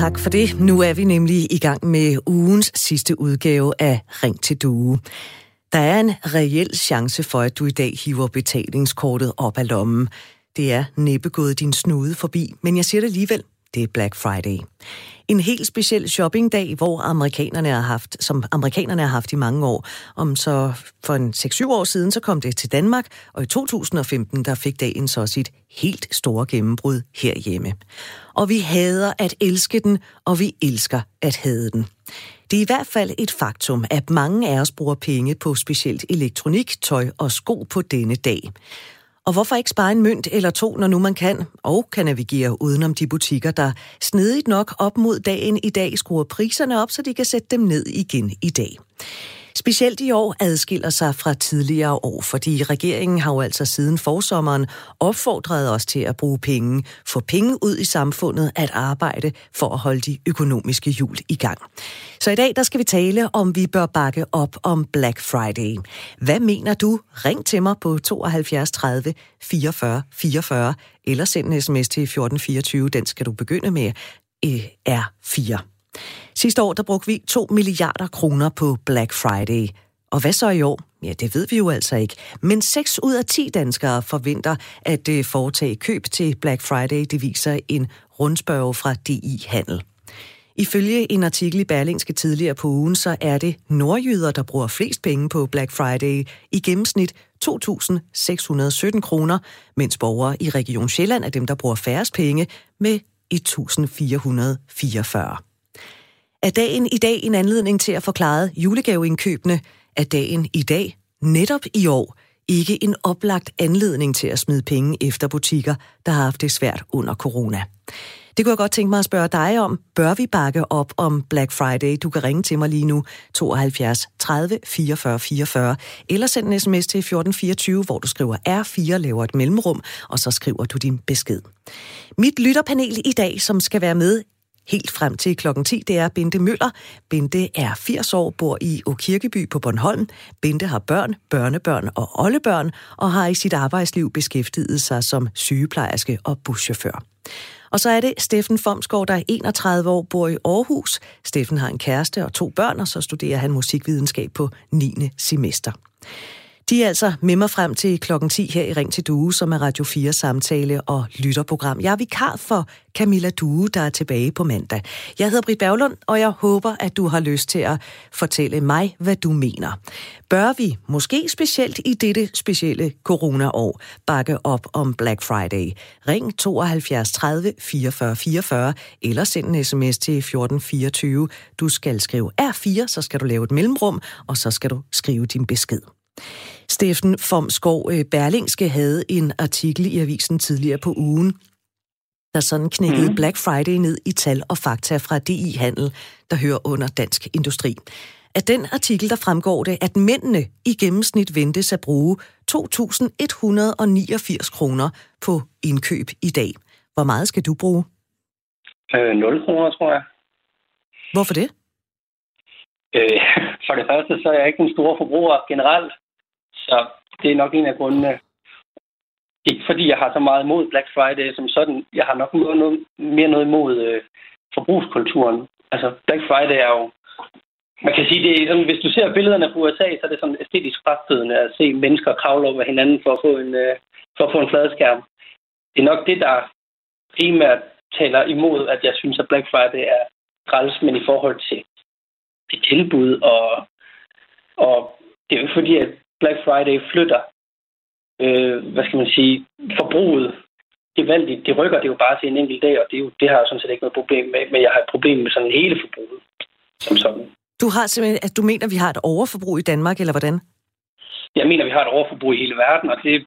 Tak for det. Nu er vi nemlig i gang med ugens sidste udgave af Ring til Due. Der er en reel chance for, at du i dag hiver betalingskortet op af lommen. Det er næppe gået din snude forbi, men jeg siger det alligevel. Det er Black Friday. En helt speciel shoppingdag, hvor som amerikanerne har haft i mange år. Om så for en 6-7 år siden, så kom det til Danmark, og i 2015, der fik dagen så sit helt store gennembrud herhjemme. Og vi hader at elske den, og vi elsker at hade den. Det er i hvert fald et faktum, at mange af os bruger penge på specielt elektronik, tøj og sko på denne dag. Og hvorfor ikke spare en mønt eller to, når nu man kan, og kan navigere udenom de butikker, der snedigt nok op mod dagen i dag skruer priserne op, så de kan sætte dem ned igen i dag. Specielt i år adskiller sig fra tidligere år, fordi regeringen har jo altså siden forsommeren opfordret os til at bruge penge, få penge ud i samfundet, at arbejde for at holde de økonomiske hjul i gang. Så i dag der skal vi tale om, vi bør bakke op om Black Friday. Hvad mener du? Ring til mig på 72 30 44 44 eller send en sms til 1424. Den skal du begynde med R4. Sidste år, der brugte vi 2 milliarder kroner på Black Friday. Og hvad så i år? Ja, det ved vi jo altså ikke. Men 6 ud af 10 danskere forventer at foretage køb til Black Friday. Det viser en rundspørge fra DI Handel. Ifølge en artikel i Berlingske tidligere på ugen, så er det nordjyder, der bruger flest penge på Black Friday. I gennemsnit 2.617 kroner, mens borgere i Region Sjælland er dem, der bruger færrest penge med 1.444. Er dagen i dag en anledning til at få klaret julegaveindkøbene? Er dagen i dag, netop i år, ikke en oplagt anledning til at smide penge efter butikker, der har haft det svært under corona? Det kunne jeg godt tænke mig at spørge dig om. Bør vi bakke op om Black Friday? Du kan ringe til mig lige nu, 72 30 44 44, eller send en sms til 1424, hvor du skriver R4, laver et mellemrum, og så skriver du din besked. Mit lytterpanel i dag, som skal være med helt frem til klokken 10, det er Bente Møller. Bente er 80 år, bor i Åkirkeby på Bornholm. Bente har børn, børnebørn og oldebørn, og har i sit arbejdsliv beskæftiget sig som sygeplejerske og buschauffør. Og så er det Steffen Fomsgaard, der er 31 år, bor i Aarhus. Steffen har en kæreste og 2 børn, og så studerer han musikvidenskab på 9. semester. De er altså med mig frem til klokken 10 her i Ring til Due, som er Radio 4 samtale- og lytterprogram. Jeg er vikar for Camilla Due, der er tilbage på mandag. Jeg hedder Britt Berglund, og jeg håber, at du har lyst til at fortælle mig, hvad du mener. Bør vi, måske specielt i dette specielle coronaår, bakke op om Black Friday? Ring 72 30 44 44, eller send en sms til 1424. Du skal skrive R4, så skal du lave et mellemrum, og så skal du skrive din besked. Steffen Fomsgaard, Berlingske havde en artikel i avisen tidligere på ugen, der sådan knækkede Black Friday ned i tal og fakta fra DI Handel, der hører under Dansk Industri. Af den artikel, der fremgår det, at mændene i gennemsnit ventes at bruge 2.189 kroner på indkøb i dag. Hvor meget skal du bruge? 0 kroner, tror jeg. Hvorfor det? For det første, så er jeg ikke en stor forbruger generelt, så det er nok en af grundene. Ikke fordi jeg har så meget imod Black Friday som sådan. Jeg har nok mere noget imod forbrugskulturen. Altså, Black Friday er jo... Man kan sige, det er sådan, hvis du ser billederne fra USA, så er det sådan æstetisk frastødende at se mennesker kravle over hinanden for at få en fladskærm. Det er nok det, der primært taler imod, at jeg synes, at Black Friday er træls, men i forhold til det tilbud, og det er jo fordi, at Black Friday flytter, forbruget gevaldigt. Det rykker det jo bare til en enkelt dag, og det har jeg sådan set ikke noget problem med, men jeg har et problem med sådan hele forbruget som sådan. Du har simpelthen, at du mener, at vi har et overforbrug i Danmark, eller hvordan? Jeg mener, at vi har et overforbrug i hele verden, og det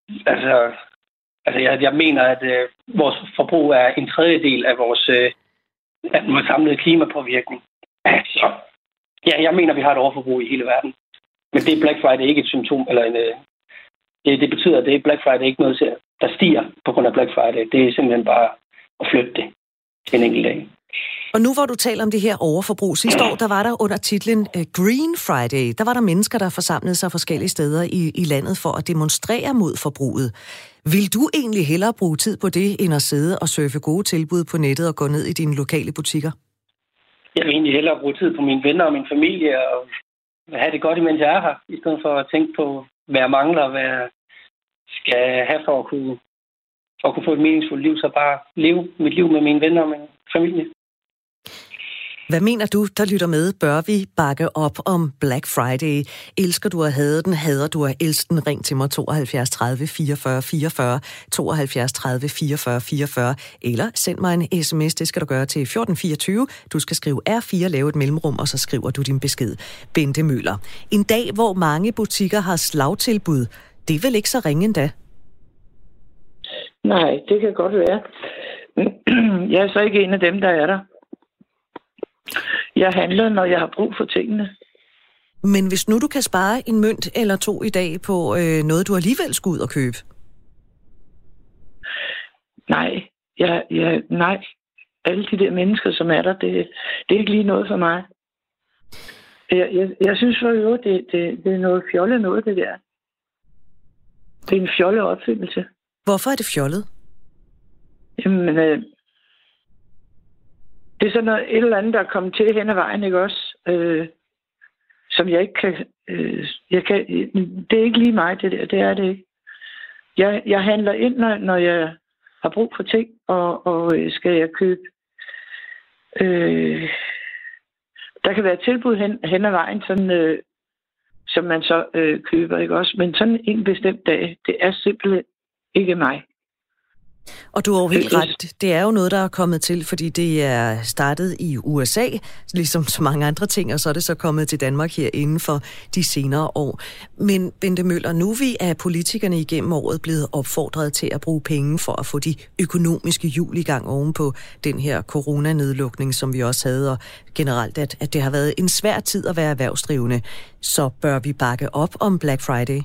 jeg mener, at vores forbrug er en tredjedel af vores samlede klimapåvirkning. Så ja, jeg mener, at vi har et overforbrug i hele verden. Men det er Black Friday ikke et symptom, eller det betyder, at det er Black Friday ikke noget, der stiger på grund af Black Friday. Det er simpelthen bare at flytte det til en enkelt dag. Og nu hvor du taler om det her overforbrug, sidste år, der var der under titlen Green Friday, der var der mennesker, der forsamlede sig forskellige steder i landet for at demonstrere mod forbruget. Vil du egentlig hellere bruge tid på det, end at sidde og surfe gode tilbud på nettet og gå ned i dine lokale butikker? Jeg vil egentlig hellere bruge tid på mine venner og min familie og have det godt, imens jeg er her, i stedet for at tænke på, hvad jeg mangler, og hvad jeg skal have for at kunne få et meningsfuldt liv, så bare leve mit liv med mine venner og min familie. Hvad mener du, der lytter med? Bør vi bakke op om Black Friday? Elsker du at hade den? Hader du at elske den? Ring til mig 72 30 44 44, 72 30 44 44, eller send mig en sms. Det skal du gøre til 1424. Du skal skrive R4, lave et mellemrum, og så skriver du din besked. Bente Møller. En dag, hvor mange butikker har slagtilbud, det er vel ikke så ringe endda? Nej, det kan godt være. Jeg er så ikke en af dem, der er der. Jeg handler, når jeg har brug for tingene. Men hvis nu du kan spare en mønt eller to i dag på noget, du alligevel skal ud og købe? Nej. Nej. Alle de der mennesker, som er der, det er ikke lige noget for mig. Jeg synes for øvrigt, det er noget fjollet noget, det der. Det er en fjollet opfyldelse. Hvorfor er det fjollet? Jamen, det er sådan noget, et eller andet, der er kommet til hen ad vejen, ikke også? Som jeg ikke kan... det er ikke lige mig, det der. Det er det ikke. Jeg handler ind, når jeg har brug for ting, og skal jeg købe... der kan være tilbud hen ad vejen, sådan, som man så køber, ikke også? Men sådan en bestemt dag, det er simpelthen ikke mig. Og du har jo helt ret. Det er jo noget, der er kommet til, fordi det er startet i USA, ligesom så mange andre ting, og så er det så kommet til Danmark her inden for de senere år. Men Bente Møller, nu vi er politikerne igennem året blevet opfordret til at bruge penge for at få de økonomiske hjul i gang oven på den her coronanedlukning, som vi også havde, og generelt, at det har været en svær tid at være erhvervsdrivende, så bør vi bakke op om Black Friday?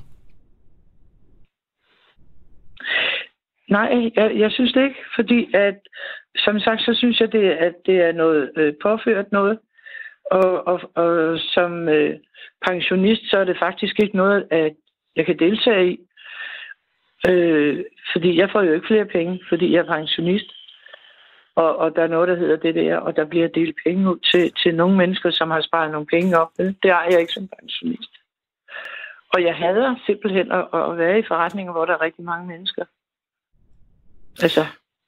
Nej, jeg synes det ikke, fordi at, som sagt, så synes jeg, at det er noget påført noget, og som pensionist, så er det faktisk ikke noget, at jeg kan deltage i, fordi jeg får jo ikke flere penge, fordi jeg er pensionist, og der er noget, der hedder det der, og der bliver delt penge ud til nogle mennesker, som har sparet nogle penge op. Det er jeg ikke som pensionist. Og jeg hader simpelthen at være i forretninger, hvor der er rigtig mange mennesker. Altså,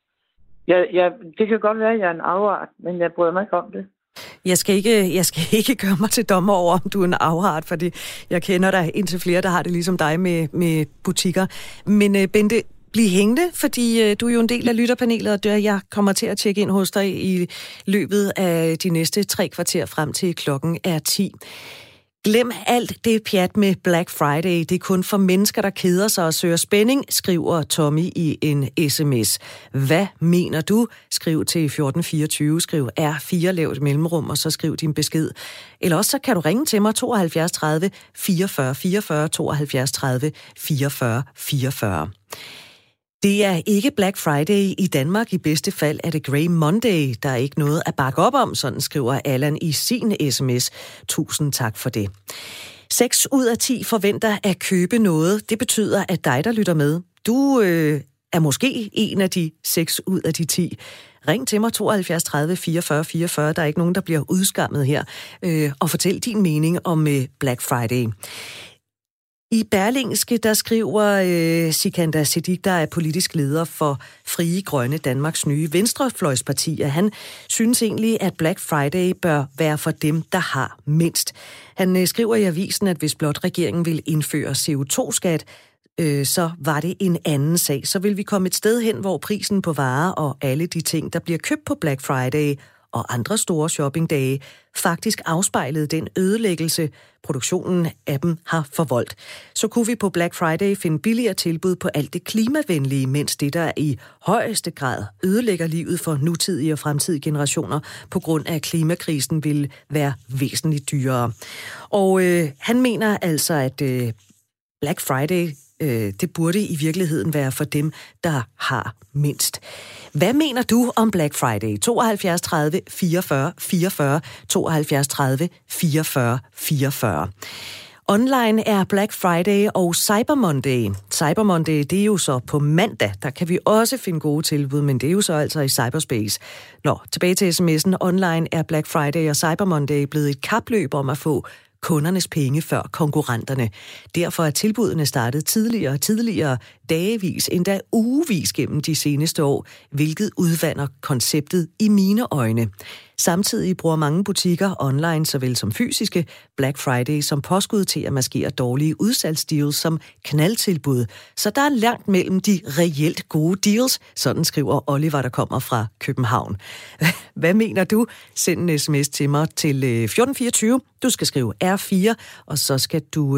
det kan godt være, at jeg er en afart, men jeg bryder mig ikke om det. Jeg skal ikke gøre mig til dommer over, om du er en afart, fordi jeg kender dig indtil flere, der har det ligesom dig med butikker. Men Bente, bliv hængende, fordi du er jo en del af lytterpanelet, og jeg kommer til at tjekke ind hos dig i løbet af de næste 3 kvarter frem til klokken er 10. Glem alt det pjat med Black Friday. Det er kun for mennesker, der keder sig og søger spænding, skriver Tommy i en sms. Hvad mener du? Skriv til 1424, skriv R4, lav et mellemrum, og så skriv din besked. Eller også så kan du ringe til mig 72 30 44 44, 72 30 44 44. Det er ikke Black Friday i Danmark. I bedste fald er det Grey Monday. Der er ikke noget at bakke op om, sådan skriver Allan i sin sms. Tusind tak for det. 6 ud af 10 forventer at købe noget. Det betyder, at dig, der lytter med, du er måske en af de 6 ud af de 10. Ring til mig 72 30 44 44. Der er ikke nogen, der bliver udskammet her. Og fortæl din mening om Black Friday. I Berlingske, der skriver Sikander Siddiq, der er politisk leder for Frie Grønne, Danmarks nye venstrefløjsparti, at han synes egentlig, at Black Friday bør være for dem, der har mindst. Han skriver i avisen, at hvis blot regeringen vil indføre CO2-skat, så var det en anden sag. Så vil vi komme et sted hen, hvor prisen på varer og alle de ting, der bliver købt på Black Friday og andre store shoppingdage, faktisk afspejlede den ødelæggelse, produktionen af dem har forvoldt. Så kunne vi på Black Friday finde billigere tilbud på alt det klimavenlige, mens det, der i højeste grad ødelægger livet for nutidige og fremtidige generationer på grund af klimakrisen, vil være væsentligt dyrere. Og han mener altså, at Black Friday Det burde i virkeligheden være for dem, der har mindst. Hvad mener du om Black Friday? 72 30 44 44, 72 30 44 44. Online er Black Friday og Cyber Monday. Cyber Monday, det er jo så på mandag. Der kan vi også finde gode tilbud, men det er jo så altså i cyberspace. Tilbage til sms'en. Online er Black Friday og Cyber Monday blevet et kapløb om at få kundernes penge før konkurrenterne. Derfor er tilbudene startet tidligere, dagevis, endda ugevis gennem de seneste år, hvilket udvander konceptet i mine øjne. Samtidig bruger mange butikker, online såvel som fysiske, Black Friday som påskud til at maskere dårlige udsalgsdeals som knaldtilbud. Så der er langt mellem de reelt gode deals, sådan skriver Oliver, der kommer fra København. Hvad mener du? Send en sms til mig til 1424. Du skal skrive R4, og så skal du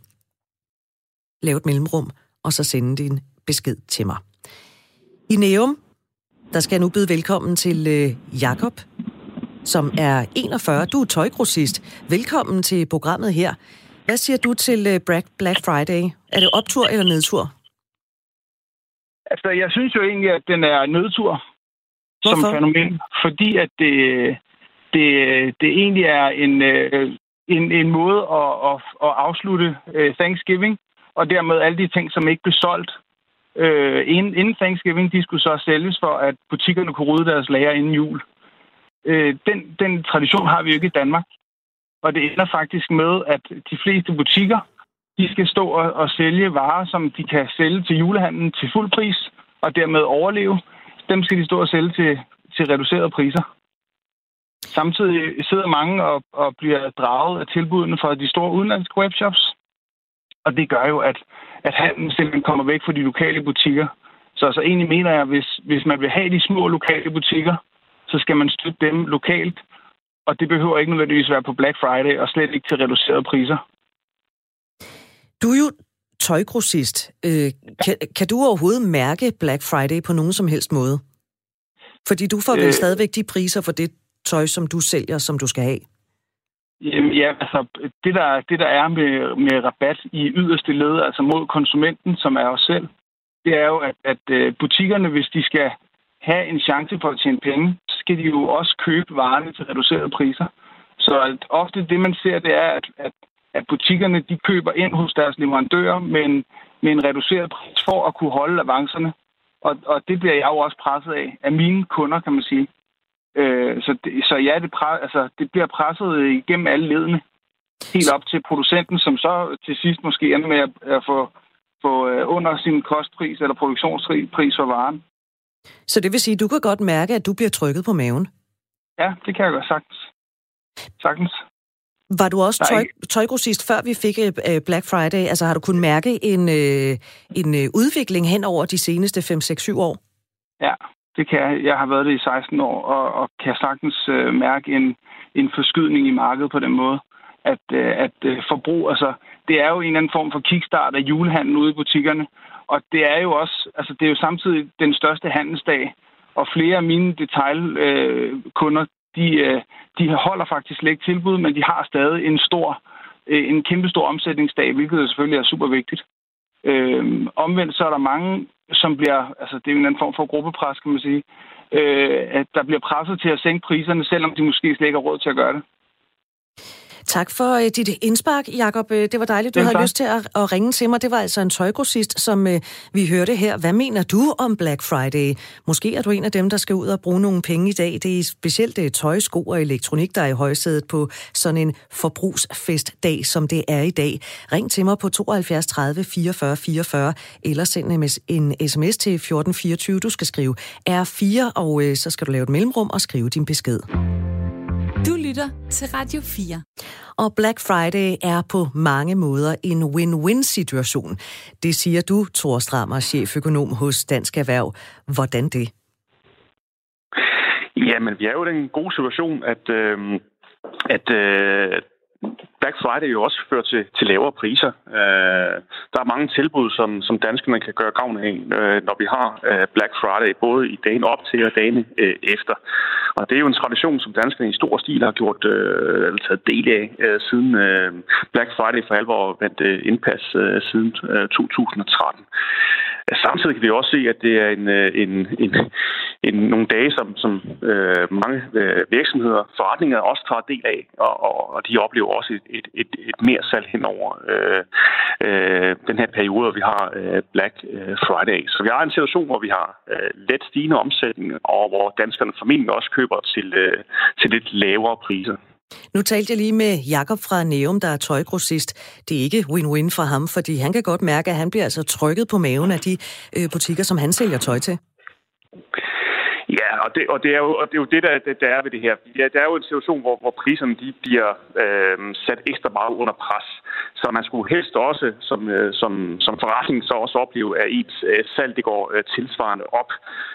lave et mellemrum, og så sende din besked til mig. I Neum, der skal jeg nu byde velkommen til Jakob, som er 41. Du er tøjgrossist. Velkommen til programmet her. Hvad siger du til Black Friday? Er det optur eller nedtur? Altså, jeg synes jo egentlig, at den er nedtur. Hvorfor? Som fænomen. Fordi at det egentlig er en måde at afslutte Thanksgiving, og dermed alle de ting, som ikke blev solgt inden Thanksgiving, de skulle så sælges for, at butikkerne kunne rydde deres lager inden jul. Den tradition har vi jo ikke i Danmark. Og det ender faktisk med, at de fleste butikker, de skal stå og sælge varer, som de kan sælge til julehandlen til fuld pris, og dermed overleve. Dem skal de stå og sælge til reducerede priser. Samtidig sidder mange og bliver draget af tilbudene fra de store udenlandske webshops. Og det gør jo, at handlen simpelthen kommer væk fra de lokale butikker. Så egentlig mener jeg, hvis man vil have de små lokale butikker, så skal man støtte dem lokalt. Og det behøver ikke nødvendigvis være på Black Friday, og slet ikke til reducerede priser. Du er jo tøjgrossist. Kan du overhovedet mærke Black Friday på nogen som helst måde? Fordi du får vel stadigvæk de priser for det tøj, som du sælger, som du skal have? Ja, altså det der er med rabat i yderste led, altså mod konsumenten, som er os selv, det er jo, at butikkerne, hvis de skal have en chance for at tjene penge, så skal de jo også købe varerne til reducerede priser. Så ofte det, man ser, det er, at butikkerne, de køber ind hos deres leverandører med en reduceret pris for at kunne holde avancerne. Og det bliver jeg jo også presset af mine kunder, kan man sige. Så ja, det bliver presset igennem alle ledene. Helt op til producenten, som så til sidst måske ender med at få under sin kostpris eller produktionspris for varen. Så det vil sige, at du kan godt mærke, at du bliver trykket på maven? Ja, det kan jeg godt sagtens. Var du også tøjgrossist, før vi fik Black Friday? Altså har du kunnet mærke en udvikling hen over de seneste 5-6-7 år? Ja, det kan jeg. Jeg har været det i 16 år, og kan sagtens mærke en forskydning i markedet på den måde. At forbrug, altså det er jo en eller anden form for kickstart af julehandlen ude i butikkerne. Og det er jo også, altså det er jo samtidig den største handelsdag, og flere af mine detailkunder, de holder faktisk slet ikke tilbud, men de har stadig en kæmpestor omsætningsdag, hvilket selvfølgelig er super vigtigt. Omvendt så er der mange, som bliver, altså det er en anden form for gruppepres, kan man sige, at der bliver presset til at sænke priserne, selvom de måske slet ikke har råd til at gøre det. Tak for dit indspark, Jakob. Det var dejligt, du havde lyst til at ringe til mig. Det var altså en tøjgrossist, som vi hørte her. Hvad mener du om Black Friday? Måske er du en af dem, der skal ud og bruge nogle penge i dag. Det er specielt tøj, sko og elektronik, der er i højsædet på sådan en forbrugsfestdag, som det er i dag. Ring til mig på 72 30 44 44, eller send en sms til 1424. Du skal skrive R4, og så skal du lave et mellemrum og skrive din besked. Du lytter til Radio 4. Og Black Friday er på mange måder en win-win-situation. Det siger du, Thor Strammer, cheføkonom hos Dansk Erhverv. Hvordan det? Jamen, vi er jo i den gode situation, at Black Friday jo også fører til lavere priser. der er mange tilbud, som danskerne kan gøre gavn af, når vi har Black Friday, både i dagen op til og dagen efter. Og det er jo en tradition, som danskerne i stor stil har gjort taget del af siden Black Friday for alvor vandt indpas siden 2013. Samtidig kan vi også se, at det er nogle dage, som mange virksomheder, forretninger også tager del af, og de oplever også et mere salg henover den her periode, hvor vi har Black Friday. Så vi har en situation, hvor vi har let stigende omsætning, og hvor danskerne formentlig også køber til lidt lavere priser. Nu talte jeg lige med Jakob fra Neum, der er tøjgrossist. Det er ikke win-win for ham, fordi han kan godt mærke, at han bliver altså trykket på maven af de butikker, som han sælger tøj til. Ja, og det er jo det, der er ved det her. Ja, der er jo en situation, hvor priserne de bliver sat ekstra meget under pres. Så man skulle helst også som forretning så også opleve, at ens salg det går tilsvarende op,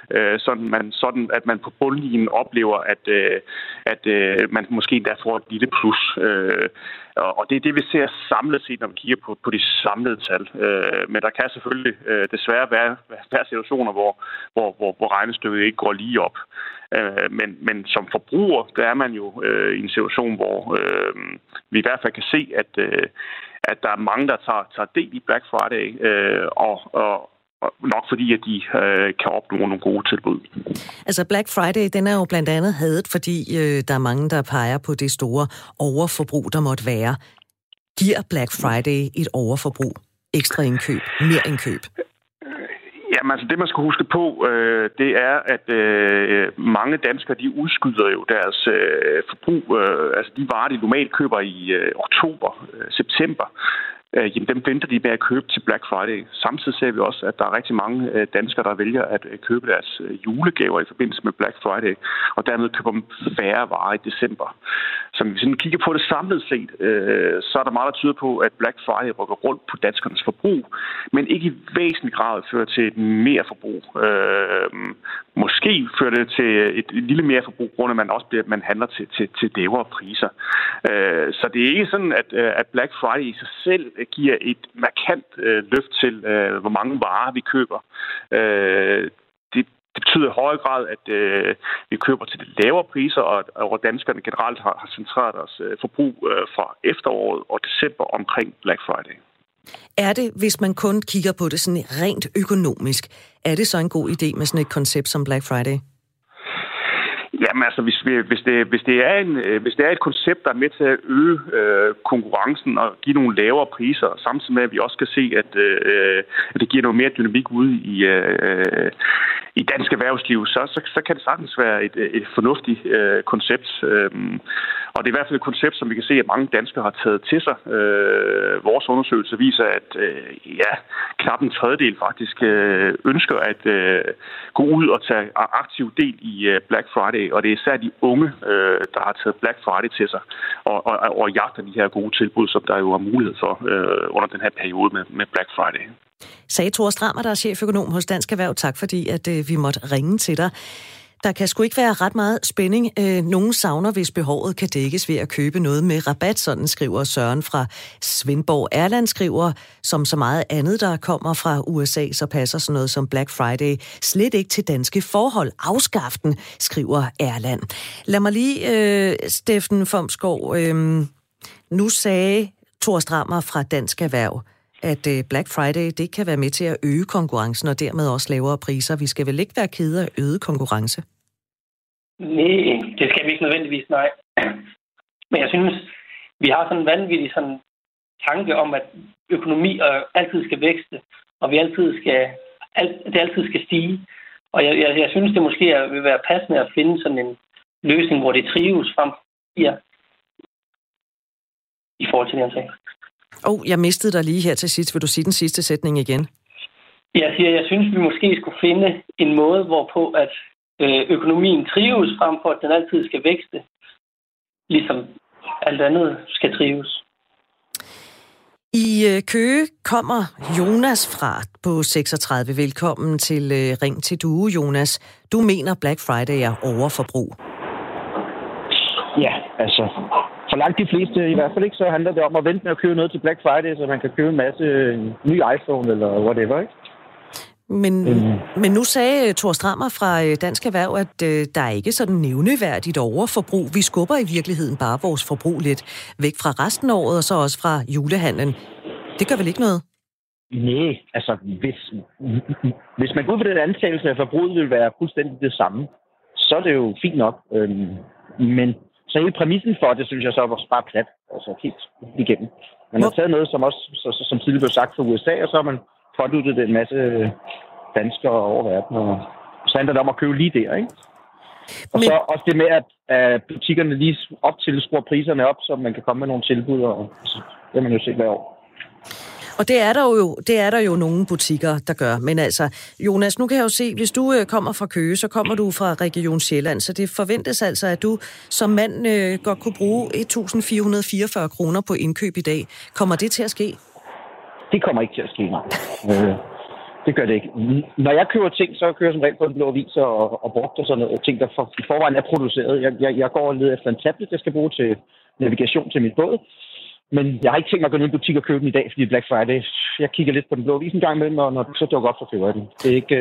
sådan at man på bundlinjen oplever, at man måske endda får et lille plus. Og det er det, vi ser samlet set, når vi kigger på de samlede tal. Men der kan selvfølgelig desværre være situationer, hvor regnestykket ikke går lige op. Men som forbruger, der er man jo i en situation, hvor vi i hvert fald kan se, at der er mange, der tager del i Black Friday, og nok fordi, at de kan opnå nogle gode tilbud. Altså Black Friday, den er jo blandt andet hadet, fordi der er mange, der peger på det store overforbrug, der måtte være. Giver Black Friday et overforbrug? Ekstra indkøb? Mere indkøb? Jamen altså, det man skal huske på, det er, at mange danskere, de udskyder jo deres forbrug. Altså de varer, de normalt køber i oktober, september, jamen dem venter de med at købe til Black Friday. Samtidig ser vi også, at der er rigtig mange danskere, der vælger at købe deres julegaver i forbindelse med Black Friday, og dermed køber dem færre varer i december. Så hvis vi kigger på det samlet set, så er der meget, der tyder på, at Black Friday rykker rundt på danskernes forbrug, men ikke i væsentlig grad fører til et mere forbrug. Måske fører det til et lille mere forbrug, grund af man handler til lavere priser. Så det er ikke sådan, at Black Friday i sig selv giver et markant løft til, hvor mange varer vi køber. Det betyder i højere grad, at vi køber til de lavere priser, og danskerne generelt har centreret deres forbrug fra efteråret og december omkring Black Friday. Er det, hvis man kun kigger på det sådan rent økonomisk, er det så en god idé med sådan et koncept som Black Friday? Jamen altså, hvis det er et koncept, der er med til at øge konkurrencen og give nogle lavere priser, samtidig med at vi også kan se, at det giver noget mere dynamik ude i dansk erhvervsliv, så kan det sagtens være et fornuftigt koncept. Og det er i hvert fald et koncept, som vi kan se, at mange danskere har taget til sig. Vores undersøgelse viser, at knap en tredjedel faktisk ønsker at gå ud og tage aktiv del i Black Friday. Og det er især de unge, der har taget Black Friday til sig og jagter de her gode tilbud, som der jo er mulighed for under den her periode med Black Friday. Sagde Thor Strammer, der er cheføkonom hos Dansk Erhverv. Tak fordi, at vi måtte ringe til dig. Der kan sgu ikke være ret meget spænding. Nogen savner, hvis behovet kan dækkes ved at købe noget med rabat, sådan skriver Søren fra Svendborg. Erland skriver, som så meget andet, der kommer fra USA, så passer sådan noget som Black Friday slet ikke til danske forhold. Afskaf den, skriver Erland. Lad mig lige, Steffen Fomskov, nu sagde Thor Strammer fra Dansk Erhverv, at Black Friday, det kan være med til at øge konkurrencen, og dermed også lavere priser. Vi skal vel ikke være kede af øget konkurrence? Nej, det skal vi ikke nødvendigvis, nej. Men jeg synes, vi har sådan en vanvittig tanke om, at økonomi altid skal vækste, og det altid skal stige. Og jeg synes, det måske vil være passende at finde sådan en løsning, hvor det trives frem i forhold til den sag. Jeg mistede dig lige her til sidst. Vil du sige den sidste sætning igen? Jeg synes, vi måske skulle finde en måde, hvorpå at økonomien trives frem for, at den altid skal vækste, ligesom alt andet skal trives. I Køge kommer Jonas fra på 36. Velkommen til Ring til Due, Jonas. Du mener, Black Friday er overforbrug? Ja, altså, for langt de fleste, i hvert fald ikke, så handler det om at vente med at købe noget til Black Friday, så man kan købe en masse ny iPhone eller whatever, ikke? Men nu sagde Thor Strammer fra Dansk Erhverv, at der er ikke sådan nævneværdigt overforbrug. Vi skubber i virkeligheden bare vores forbrug lidt væk fra resten af året, og så også fra julehandlen. Det gør vel ikke noget? Nej, altså hvis man går ud på den antagelse, at forbruget vil være fuldstændig det samme, så er det jo fint nok. Men så hele præmissen for det, synes jeg så var bare plat. Altså helt igennem. Man har taget noget, som også, som tidligere blev sagt fra USA, og så har man påduttet en masse danskere over verden. Og så handler det om at købe lige der, ikke? Og så også det med, at butikkerne lige op til skruer priserne op, så man kan komme med nogle tilbud, og så det man jo set hver år. Og det er der jo nogle butikker, der gør. Men altså, Jonas, nu kan jeg jo se, hvis du kommer fra Køge, så kommer du fra Region Sjælland, så det forventes altså, at du som mand godt kunne bruge 1.444 kroner på indkøb i dag. Kommer det til at ske? Det kommer ikke til at ske, nej. Det gør det ikke. Når jeg køber ting, så kører jeg som regel på en blå avis og brugt og sådan noget. Ting, der i forvejen er produceret. Jeg går og leder efter en tablet, jeg skal bruge til navigation til mit båd. Men jeg har ikke tænkt mig at gå ned i en butik og købe den i dag, fordi Black Friday. Jeg kigger lidt på den blå avis en gang imellem, og når den så dukker op, så køber jeg den. Det er ikke...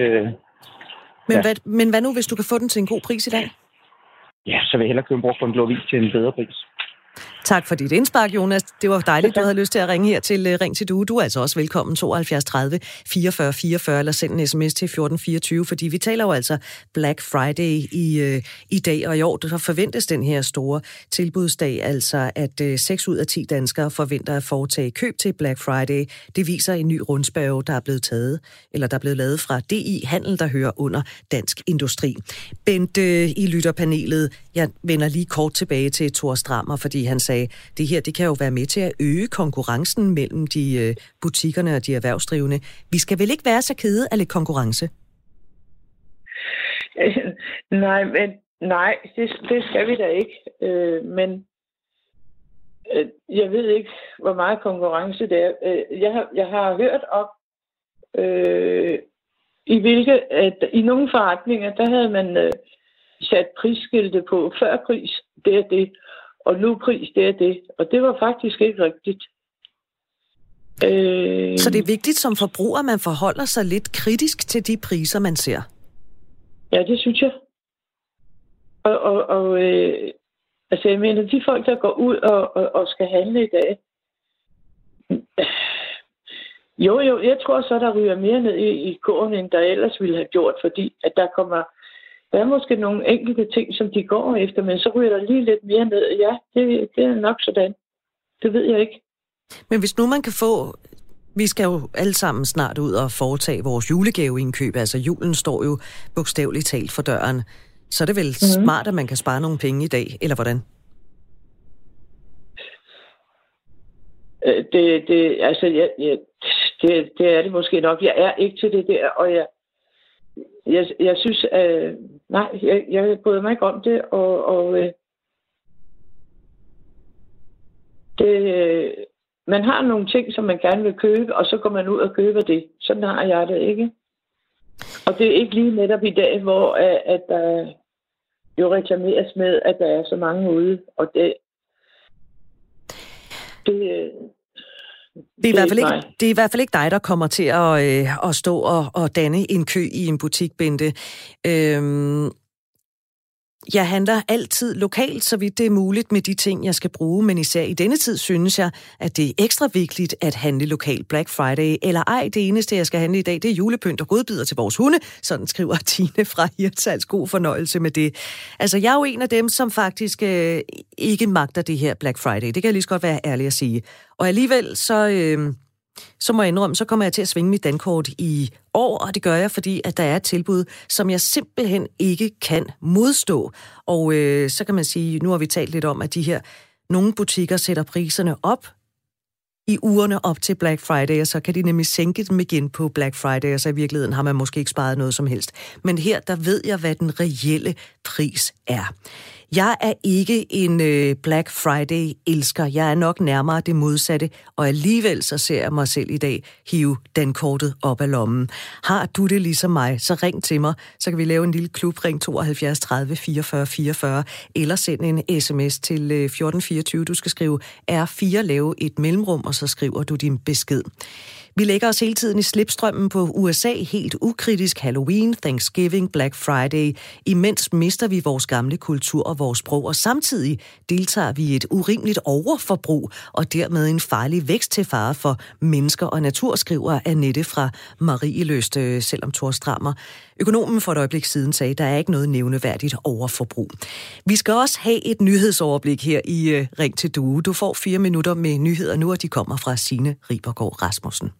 Men hvad nu, hvis du kan få den til en god pris i dag? Ja, så vil jeg hellere købe en brugt på en blå avis til en bedre pris. Tak for dit indspark, Jonas. Det var dejligt, du havde lyst til at ringe her til Ring til Due. Du er altså også velkommen 72 30 44 44, eller send en sms til 1424, fordi vi taler jo altså Black Friday i dag, og i år der forventes den her store tilbudsdag, altså at 6 ud af 10 danskere forventer at foretage køb til Black Friday. Det viser en ny rundspørge, der er blevet lavet fra DI Handel, der hører under Dansk Industri. Bent i lytterpanelet, jeg vender lige kort tilbage til Thor Strammer, fordi han sagde, det her, det kan jo være med til at øge konkurrencen mellem de butikkerne og de erhvervsdrivende. Vi skal vel ikke være så kede af lidt konkurrence? Nej, det skal vi da ikke. Men jeg ved ikke, hvor meget konkurrence det er. Jeg har hørt om, i nogle forretninger, der havde man sat prisskilte på før pris, det er det. Og nu pris, det er det. Og det var faktisk ikke rigtigt. Så det er vigtigt som forbruger, at man forholder sig lidt kritisk til de priser, man ser? Ja, det synes jeg. Altså, jeg mener, de folk, der går ud og skal handle i dag. Jo, jeg tror så, der ryger mere ned i gården, end der ellers ville have gjort, fordi at der er måske nogle enkelte ting, som de går efter, men så ryger der lige lidt mere ned. Ja, det er nok sådan. Det ved jeg ikke. Men hvis nu man kan få... Vi skal jo alle sammen snart ud og foretage vores julegaveindkøb. Altså julen står jo bogstaveligt talt for døren. Så er det vel smart, at man kan spare nogle penge i dag, eller hvordan? Det er det måske nok. Jeg er ikke til det der, og jeg synes, nej, jeg bryder mig ikke om det, og man har nogle ting, som man gerne vil købe, og så går man ud og køber det. Sådan har jeg det ikke. Og det er ikke lige netop i dag, hvor at der jo reklameres med, at der er så mange ude, og det er i hvert fald ikke dig, der kommer til at stå og danne en kø i en butik, Bente. Jeg handler altid lokalt, så vidt det er muligt med de ting, jeg skal bruge, men især i denne tid synes jeg, at det er ekstra vigtigt at handle lokalt Black Friday. Eller ej, det eneste, jeg skal handle i dag, det er julepynt og godbidder til vores hunde. Sådan skriver Tine fra Hirtshals. God fornøjelse med det. Altså, jeg er jo en af dem, som faktisk ikke magter det her Black Friday. Det kan jeg lige så godt være ærlig at sige. Og alligevel så må jeg indrømme, så kommer jeg til at svinge mit dankort i år, og det gør jeg, fordi at der er et tilbud, som jeg simpelthen ikke kan modstå. Og så kan man sige, nu har vi talt lidt om, at nogle butikker sætter priserne op i ugerne op til Black Friday, og så kan de nemlig sænke dem igen på Black Friday, og så i virkeligheden har man måske ikke sparet noget som helst. Men her, der ved jeg, hvad den reelle pris er. Jeg er ikke en Black Friday-elsker. Jeg er nok nærmere det modsatte, og alligevel så ser jeg mig selv i dag hive dankortet op af lommen. Har du det ligesom mig, så ring til mig, så kan vi lave en lille klub, ring 72 30 44 44, eller send en sms til 1424. Du skal skrive R4, lave et mellemrum, og så skriver du din besked. Vi lægger os hele tiden i slipstrømmen på USA, helt ukritisk Halloween, Thanksgiving, Black Friday. Imens mister vi vores gamle kultur og vores sprog, og samtidig deltager vi i et urimeligt overforbrug, og dermed en farlig vækst til fare for mennesker og natur, skriver Annette fra Marieløst, selvom Thor Strammer. Økonomen for et øjeblik siden sagde, der er ikke noget nævneværdigt overforbrug. Vi skal også have et nyhedsoverblik her i Ring til Due. Du får 4 minutter med nyheder nu, og de kommer fra Signe Ribergaard Rasmussen.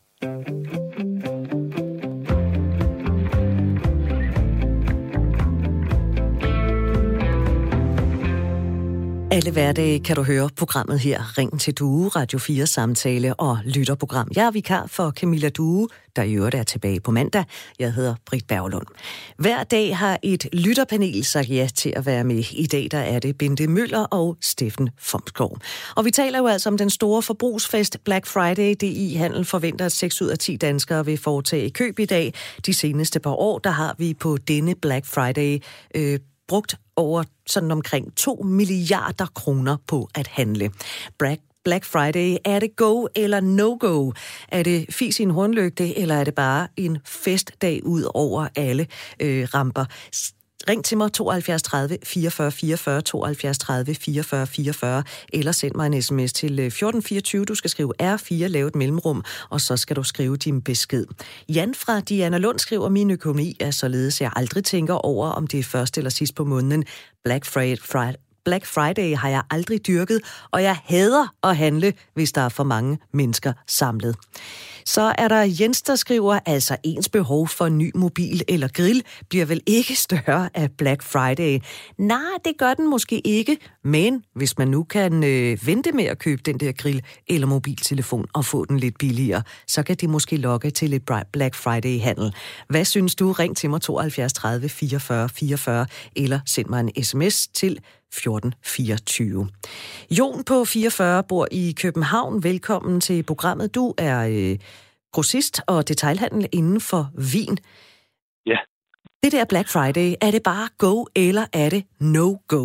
Alle hverdage kan du høre programmet her, Ring til Due, Radio 4 samtale og lytterprogram. Jeg er vikar for Camilla Due, der i øvrigt er tilbage på mandag. Jeg hedder Britt Berglund. Hver dag har et lytterpanel sagt ja til at være med. I dag der er det Bente Møller og Steffen Fomskov. Og vi taler jo altså om den store forbrugsfest Black Friday. DI-handel forventer, at 6 ud af 10 danskere vil foretage køb i dag. De seneste par år, der har vi på denne Black Friday brugt over sådan omkring 2 milliarder kroner på at handle. Black Friday, er det go eller no-go? Er det fis i en hornlygte, eller er det bare en festdag ud over alle ramper? Ring til mig 72 30 44 44, 72 30 44 44, eller send mig en sms til 1424. Du skal skrive R4, lave et mellemrum, og så skal du skrive din besked. Jan fra Diana Lund skriver, min økonomi er således, jeg aldrig tænker over, om det er først eller sidst på måneden. Black Friday har jeg aldrig dyrket, og jeg hader at handle, hvis der er for mange mennesker samlet. Så er der Jens, der skriver, altså ens behov for en ny mobil eller grill bliver vel ikke større af Black Friday. Nej, det gør den måske ikke, men hvis man nu kan vente med at købe den der grill eller mobiltelefon og få den lidt billigere, så kan det måske lokke til lidt Black Friday-handel. Hvad synes du? Ring til mig 72 30 44 44, eller send mig en sms til 1424. Jon på 44 bor i København. Velkommen til programmet. Du er grossist og detailhandel inden for vin. Ja. Det der Black Friday, er det bare go, eller er det no-go?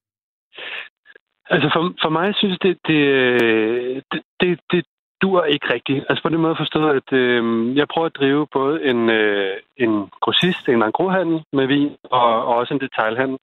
Altså for mig synes det dur ikke rigtigt. Altså på den måde forstået, at jeg prøver at drive både en grossist, en engroshandel med vin, og også en detailhandel.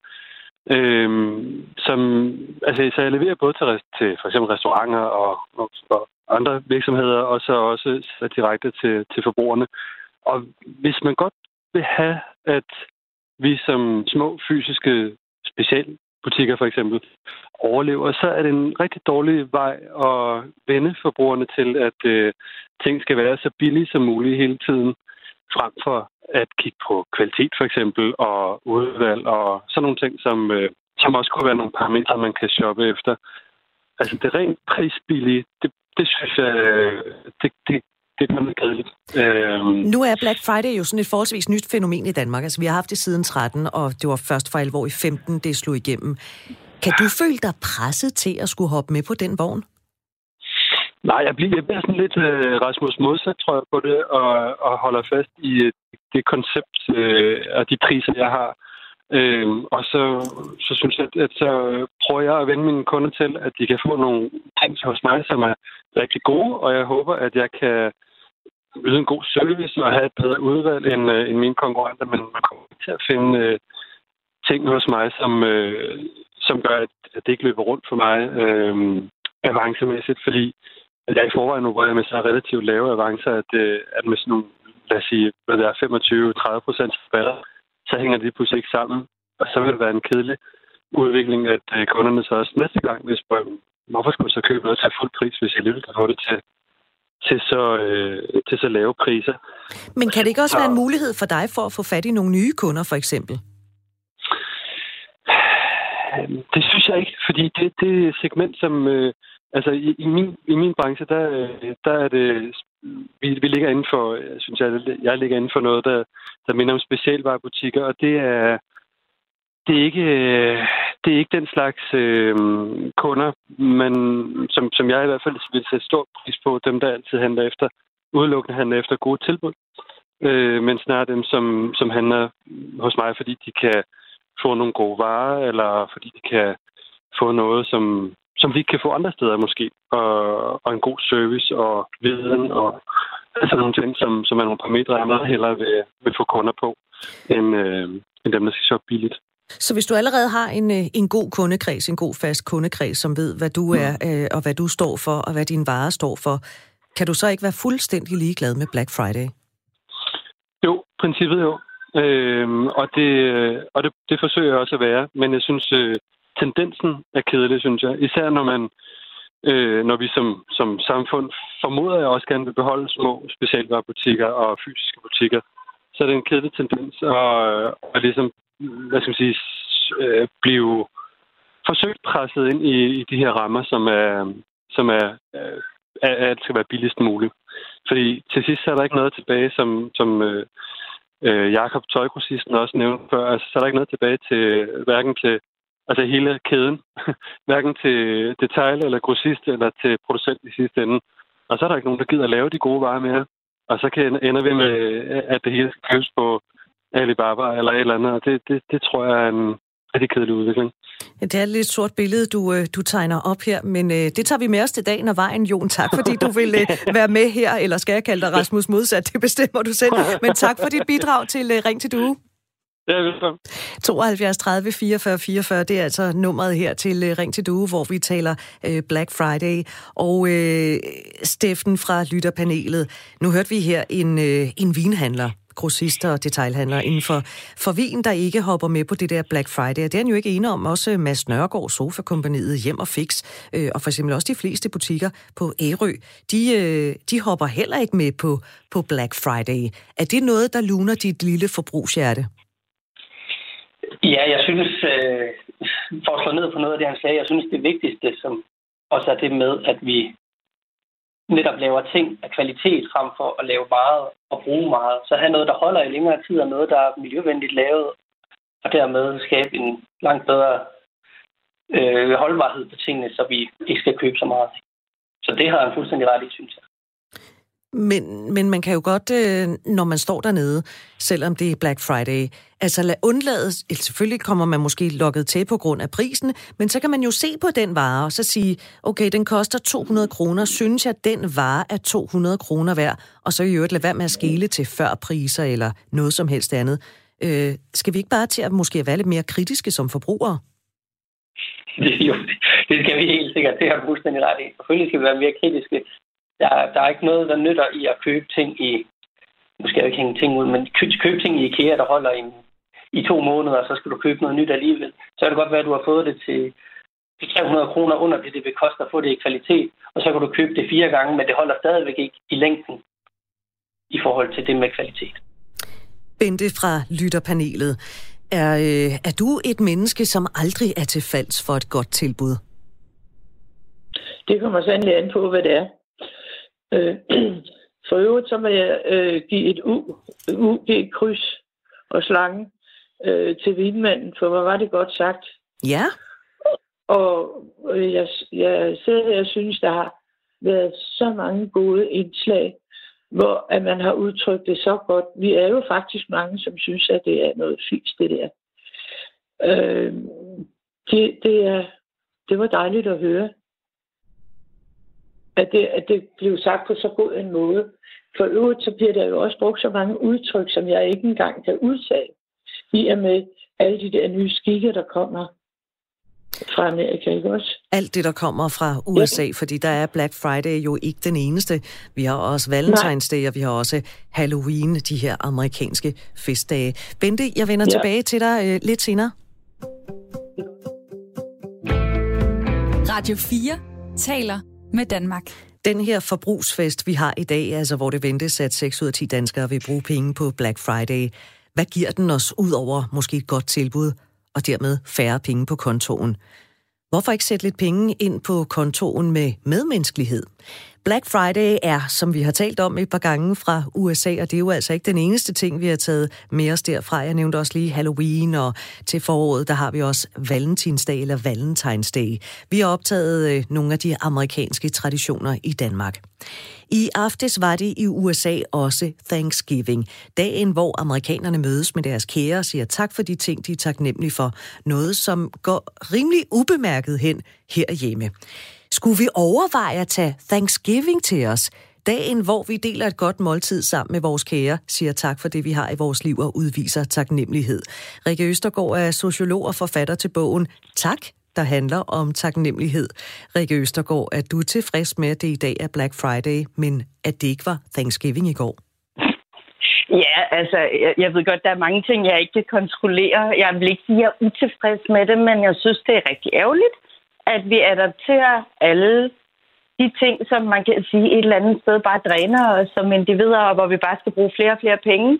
Så jeg leverer både til for eksempel restauranter og andre virksomheder, og så også direkte til forbrugerne. Og hvis man godt vil have, at vi som små fysiske specialbutikker for eksempel overlever, så er det en rigtig dårlig vej at vende forbrugerne til, at ting skal være så billige som muligt hele tiden, frem for at kigge på kvalitet for eksempel, og udvalg og sådan nogle ting, som også kunne være nogle parametre, man kan shoppe efter. Altså det rent prisbillige, det synes jeg, det er noget kedeligt. Nu er Black Friday jo sådan et forholdsvis nyt fænomen i Danmark. Altså vi har haft det siden 13, og det var først for alvor i 15, det slog igennem. Kan du føle dig presset til at skulle hoppe med på den vogn? Nej, jeg bliver sådan lidt Rasmus modsat, tror jeg, på det, og holder fast i det koncept og de priser, jeg har. Og så synes jeg, at så prøver jeg at vende mine kunder til, at de kan få nogle ting hos mig, som er rigtig gode, og jeg håber, at jeg kan yde en god service og have et bedre udvalg end mine konkurrenter, men man kommer til at finde ting hos mig, som gør, at det ikke løber rundt for mig avancemæssigt, fordi jeg i forvejen opererer med så relativt lave avancer, at med sådan nogle, lad os sige, 25-30% rabatter, så hænger det pludselig ikke sammen. Og så vil det være en kedelig udvikling, at kunderne så også næste gang vil spørge, hvorfor skulle jeg så købe noget til fuld pris, hvis jeg alligevel kan få det til så lave priser. Men kan det ikke også være en mulighed for dig for at få fat i nogle nye kunder, for eksempel? Det synes jeg ikke, fordi det segment, som... Altså i min branche, der er det... Vi ligger inden for... Jeg ligger inden for noget, der minder om specialvarebutikker, og det er det er ikke den slags kunder, men som jeg i hvert fald vil sætte stor pris på, dem der altid udelukkende handler efter gode tilbud. Men snart dem, som handler hos mig, fordi de kan få nogle gode varer, eller fordi de kan få noget, som vi ikke kan få andre steder måske, og en god service og viden, og altså nogle ting, som er nogle parametre, jeg meget hellere vil få kunder på, end dem, der skal shoppe billigt. Så hvis du allerede har en god kundekreds, en god fast kundekreds, som ved, hvad du er, og hvad du står for, og hvad dine varer står for, kan du så ikke være fuldstændig ligeglad med Black Friday? Jo, princippet jo. Og det forsøger jeg også at være, men jeg synes, tendensen er kedelig, synes jeg. Især når vi som samfund formoder jeg også gerne vil beholde små specialvarebutikker og fysiske butikker, så er det en kedelig tendens at ligesom, hvad skal man sige, blive forsøgt presset ind i de her rammer, som er at det skal være billigst muligt. Fordi til sidst så er der ikke noget tilbage, som Jakob Tøjgrossisten også nævnte før. Altså, så er der ikke noget tilbage til hverken til hele kæden, hverken til detail eller grossist eller til producent i sidste ende. Og så er der ikke nogen, der gider at lave de gode varer mere. Og så ender vi med, at det hele skal købes på Alibaba eller et eller andet. Og det tror jeg er en rigtig kedelig udvikling. Ja, det er et lidt sort billede, du tegner op her, men det tager vi med os til dagen og vejen, Jon. Tak, fordi du vil være med her, eller skal jeg kalde dig Rasmus Modsat, det bestemmer du selv. Men tak for dit bidrag til Ring til Due. Ja, velkommen. 72 30 44 44, det er altså nummeret her til Ring til Due, hvor vi taler Black Friday. Og Steffen fra lytterpanelet, nu hørte vi her en vinhandler, grossister og detailhandlere inden for vin, der ikke hopper med på det der Black Friday. Det er han jo ikke ene om. Også Mads Nørgaard, Sofa-kompaniet Hjem og Fix, og for eksempel også de fleste butikker på Ærø, de hopper heller ikke med på Black Friday. Er det noget, der luner dit lille forbrugshjerte? Ja, jeg synes, for at slå ned på noget af det, han sagde, jeg synes, det vigtigste, som også er det med, at vi netop laver ting af kvalitet frem for at lave meget og bruge meget. Så have noget, der holder i længere tid, og noget, der er miljøvenligt lavet, og dermed skabe en langt bedre holdbarhed på tingene, så vi ikke skal købe så meget. Så det har han fuldstændig ret i, synes jeg. Men man kan jo godt, når man står dernede, selvom det er Black Friday, altså undlade, selvfølgelig kommer man måske lokket til på grund af prisen, men så kan man jo se på den vare og så sige, okay, den koster 200 kroner, synes jeg, den vare er 200 kroner værd, og så i øvrigt lade være med at skele til førpriser eller noget som helst andet. Skal vi ikke bare til at måske være lidt mere kritiske som forbrugere? Det skal vi helt sikkert. Det har fuldstændig ret i. Selvfølgelig skal vi være mere kritiske. Der er ikke noget, der nytter i at købe ting i... Nu skal jeg ikke hænge ting ud, men købe ting i IKEA, der holder i 2 måneder, og så skal du købe noget nyt alligevel. Så kan det godt være, at du har fået det til 300 kroner under det vil koste at få det i kvalitet, og så kan du købe det 4 gange, men det holder stadigvæk ikke i længden i forhold til det med kvalitet. Bente fra lytterpanelet. Er du et menneske, som aldrig er til falds for et godt tilbud? Det kommer sandelig an på, hvad det er. For øvrigt så vil jeg give et UG-kryds og slange til vinmanden, for hvad var det godt sagt? Ja. Og jeg sidder her og synes, der har været så mange gode indslag, hvor at man har udtrykt det så godt. Vi er jo faktisk mange, som synes, at det er noget fisk, det der. Det var dejligt at høre. At det blev sagt på så god en måde. For øvrigt så bliver der jo også brugt så mange udtryk, som jeg ikke engang kan udtale. I og med alle de der nye skikke, der kommer fra Amerika, ikke også? Alt det, der kommer fra USA, ja. Fordi der er Black Friday jo ikke den eneste. Vi har også Valentine's Day, og vi har også Halloween, de her amerikanske festdage. Bente, jeg vender tilbage til dig lidt senere. Radio 4 taler med Danmark. Den her forbrugsfest, vi har i dag, altså hvor det ventes, at 6 ud af 10 danskere vil bruge penge på Black Friday. Hvad giver den os ud over måske et godt tilbud, og dermed færre penge på kontoen? Hvorfor ikke sætte lidt penge ind på kontoen med medmenneskelighed? Black Friday er, som vi har talt om et par gange, fra USA, og det er jo altså ikke den eneste ting, vi har taget med os derfra. Jeg nævnte også lige Halloween, og til foråret, der har vi også Valentinsdag eller Valentinsday. Vi har optaget nogle af de amerikanske traditioner i Danmark. I aftes var det i USA også Thanksgiving. Dagen, hvor amerikanerne mødes med deres kære og siger tak for de ting, de er taknemmelige for. Noget, som går rimelig ubemærket hen herhjemme. Skulle vi overveje at tage Thanksgiving til os? Dagen, hvor vi deler et godt måltid sammen med vores kære, siger tak for det, vi har i vores liv og udviser taknemmelighed. Rikke Østergaard er sociolog og forfatter til bogen Tak, der handler om taknemmelighed. Rikke Østergaard, er du tilfreds med, at det i dag er Black Friday, men at det ikke var Thanksgiving i går? Ja, altså, jeg ved godt, der er mange ting, jeg ikke kan kontrollere. Jeg vil ikke sige, at jeg er utilfreds med det, men jeg synes, det er rigtig ærgerligt, at vi adapterer alle de ting, som man kan sige et eller andet sted bare dræner os som individer, og hvor vi bare skal bruge flere og flere penge.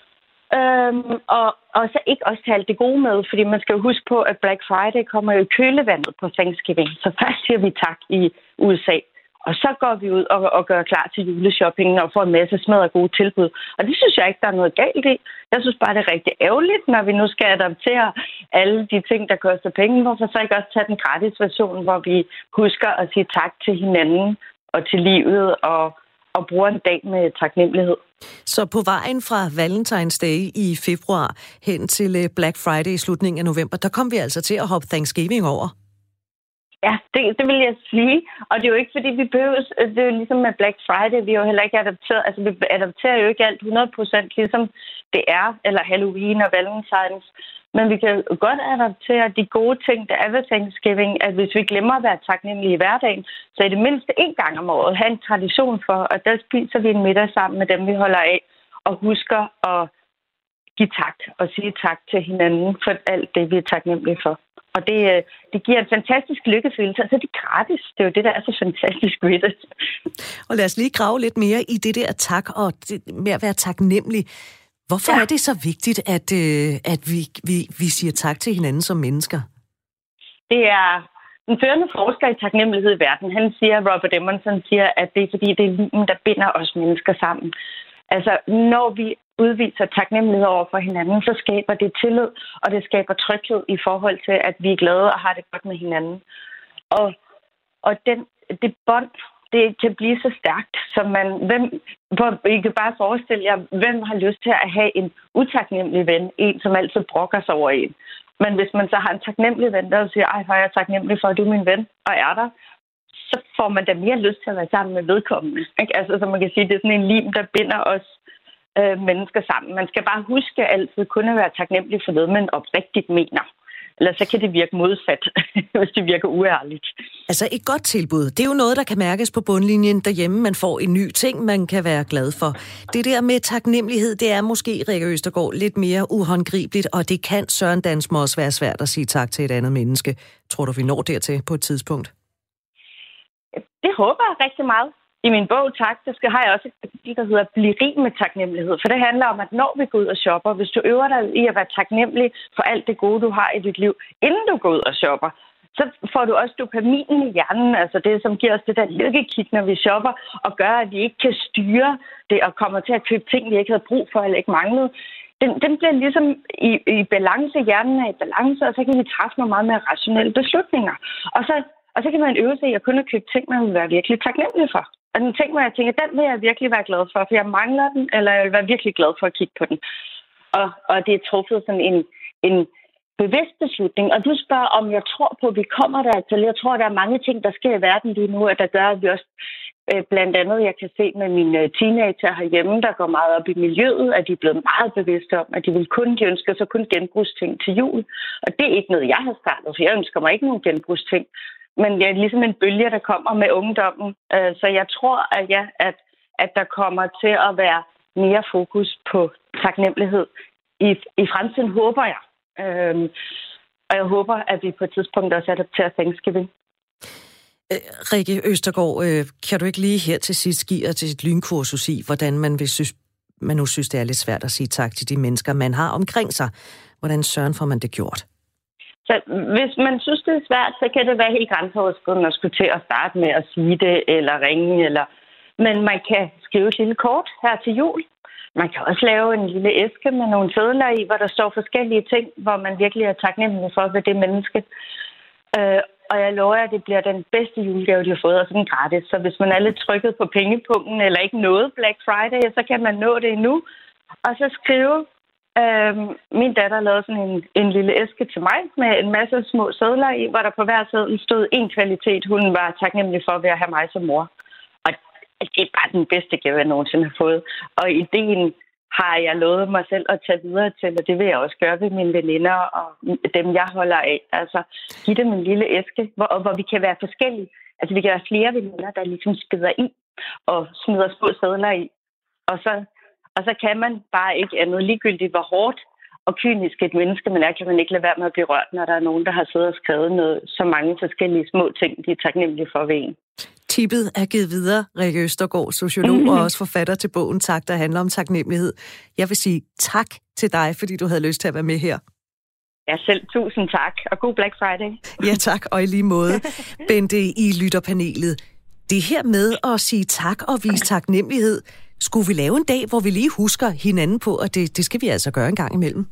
Og så ikke også tage alt det gode med, fordi man skal jo huske på, at Black Friday kommer jo i kølevandet på Thanksgiving. Så først siger vi tak i USA, og så går vi ud og gør klar til juleshoppingen og får en masse smadret gode tilbud. Og det synes jeg ikke, der er noget galt i. Jeg synes bare, det er rigtig ærgerligt, når vi nu skal adaptere alle de ting, der koster penge. Hvorfor så ikke også tage den gratis version, hvor vi husker at sige tak til hinanden og til livet og bruger en dag med taknemmelighed. Så på vejen fra Valentine's Day i februar hen til Black Friday i slutningen af november, der kom vi altså til at hoppe Thanksgiving over. Ja, det vil jeg sige. Og det er jo ikke, fordi vi behøver... Det er jo ligesom med Black Friday, vi er jo heller ikke adapteret... Altså, vi adapterer jo ikke alt 100% ligesom det er, eller Halloween og Valentines. Men vi kan godt adaptere de gode ting, der er ved Thanksgiving, at hvis vi glemmer at være taknemmelige i hverdagen, så i det mindste en gang om året have en tradition for, at der spiser vi en middag sammen med dem, vi holder af, og husker at give tak og sige tak til hinanden for alt det, vi er taknemmelige for. Og det giver en fantastisk lykkefølelse, og så er det gratis. Det er jo det, der er så fantastisk ved det. Og lad os lige grave lidt mere i det der tak, og det med at være taknemmelig. Hvorfor er det så vigtigt, at vi siger tak til hinanden som mennesker? Det er den førende forsker i taknemmelighed i verden. Han siger, Robert Emerson siger, at det er fordi, det er limen, der binder os mennesker sammen. Altså, når vi udviser taknemmelighed over for hinanden, så skaber det tillid, og det skaber tryghed i forhold til, at vi er glade og har det godt med hinanden. Og det bånd, det kan blive så stærkt, som I kan bare forestille jer, hvem har lyst til at have en utaknemmelig ven, en som altid brokker sig over en. Men hvis man så har en taknemmelig ven, der siger, ej, hvor er jeg taknemmelig for, at du er min ven, og er der, så får man da mere lyst til at være sammen med vedkommende. Ikke? Altså, så man kan sige, det er sådan en lim, der binder os mennesker sammen. Man skal bare huske altid kun at være taknemmelig for noget, man oprigtigt mener. Eller så kan det virke modsat, hvis det virker uærligt. Altså et godt tilbud, det er jo noget, der kan mærkes på bundlinjen derhjemme. Man får en ny ting, man kan være glad for. Det der med taknemmelighed, det er måske, Rikke Østergaard, lidt mere uhåndgribeligt, og det kan søren dansme også være svært at sige tak til et andet menneske. Tror du, vi når dertil på et tidspunkt? Det håber jeg rigtig meget. I min bog, tak, har jeg også et kapitel, der hedder Bliv rig med taknemmelighed. For det handler om, at når vi går ud og shopper, hvis du øver dig i at være taknemmelig for alt det gode, du har i dit liv, inden du går ud og shopper, så får du også dopaminen i hjernen, altså det, som giver os det der lykkekick, når vi shopper, og gør, at vi ikke kan styre det og kommer til at købe ting, vi ikke havde brug for eller ikke manglede. Den bliver ligesom i balance, hjernen er i balance, og så kan vi træffe nogle meget mere rationelle beslutninger. Og så kan man øve sig i at kun købe ting, man vil være virkelig taknemmelig for. Og den ting, hvor jeg tænker, den vil jeg virkelig være glad for jeg mangler den, eller jeg vil være virkelig glad for at kigge på den. Og det er truffet sådan en bevidst beslutning. Og du spørger, om jeg tror på, at vi kommer dertil. Jeg tror, der er mange ting, der sker i verden lige nu, der gør, at vi også blandt andet, jeg kan se med mine teenager herhjemme, der går meget op i miljøet, at de er blevet meget bevidste om, at de ønsker sig kun genbrugsting til jul. Og det er ikke noget, jeg har startet, for jeg ønsker mig ikke nogen genbrugsting. Men det er ligesom en bølge, der kommer med ungdommen. Så jeg tror, at der kommer til at være mere fokus på taknemmelighed. I fremtiden håber jeg. Og jeg håber, at vi på et tidspunkt også adapterer Thanksgiving. Rikke Østergaard, kan du ikke lige her til sidst give os et lynkursus i, hvordan man nu synes, det er lidt svært at sige tak til de mennesker, man har omkring sig? Hvordan søren får man det gjort? Så hvis man synes, det er svært, så kan det være helt grænseoverskridende at skulle til at starte med at sige det, eller ringe, men man kan skrive et lille kort her til jul. Man kan også lave en lille æske med nogle sedler i, hvor der står forskellige ting, hvor man virkelig er taknemmelig for ved det menneske. Og jeg lover jer, at det bliver den bedste julegave, de har fået, og sådan gratis. Så hvis man er lidt trykket på pengepunkten, eller ikke nået Black Friday, så kan man nå det endnu. Og så skrive, min datter lavede sådan en lille æske til mig, med en masse små sedler i, hvor der på hver seddel stod en kvalitet, hun var taknemmelig for ved at have mig som mor. Og det er bare den bedste gave, jeg nogensinde har fået. Og ideen har jeg lovet mig selv at tage videre til, og det vil jeg også gøre ved mine veninder og dem, jeg holder af. Altså, give dem en lille æske, hvor vi kan være forskellige. Altså, vi kan være flere veninder, der ligesom spidder i og smider små sedler i. Og så kan man bare ikke andet ligegyldigt, hvor hårdt og kynisk et menneske man er, kan man ikke lade være med at blive rørt, når der er nogen, der har siddet og skrevet så mange forskellige små ting, de er taknemmelige for ved en. Tippet er givet videre. Rikke Østergaard, sociolog og også forfatter til bogen Tak, der handler om taknemmelighed. Jeg vil sige tak til dig, fordi du havde lyst til at være med her. Ja, selv tusind tak, og god Black Friday. Ja, tak, og i lige måde. Bente i lytterpanelet. Det her med at sige tak og vise taknemmelighed, skulle vi lave en dag, hvor vi lige husker hinanden på, og det skal vi altså gøre en gang imellem?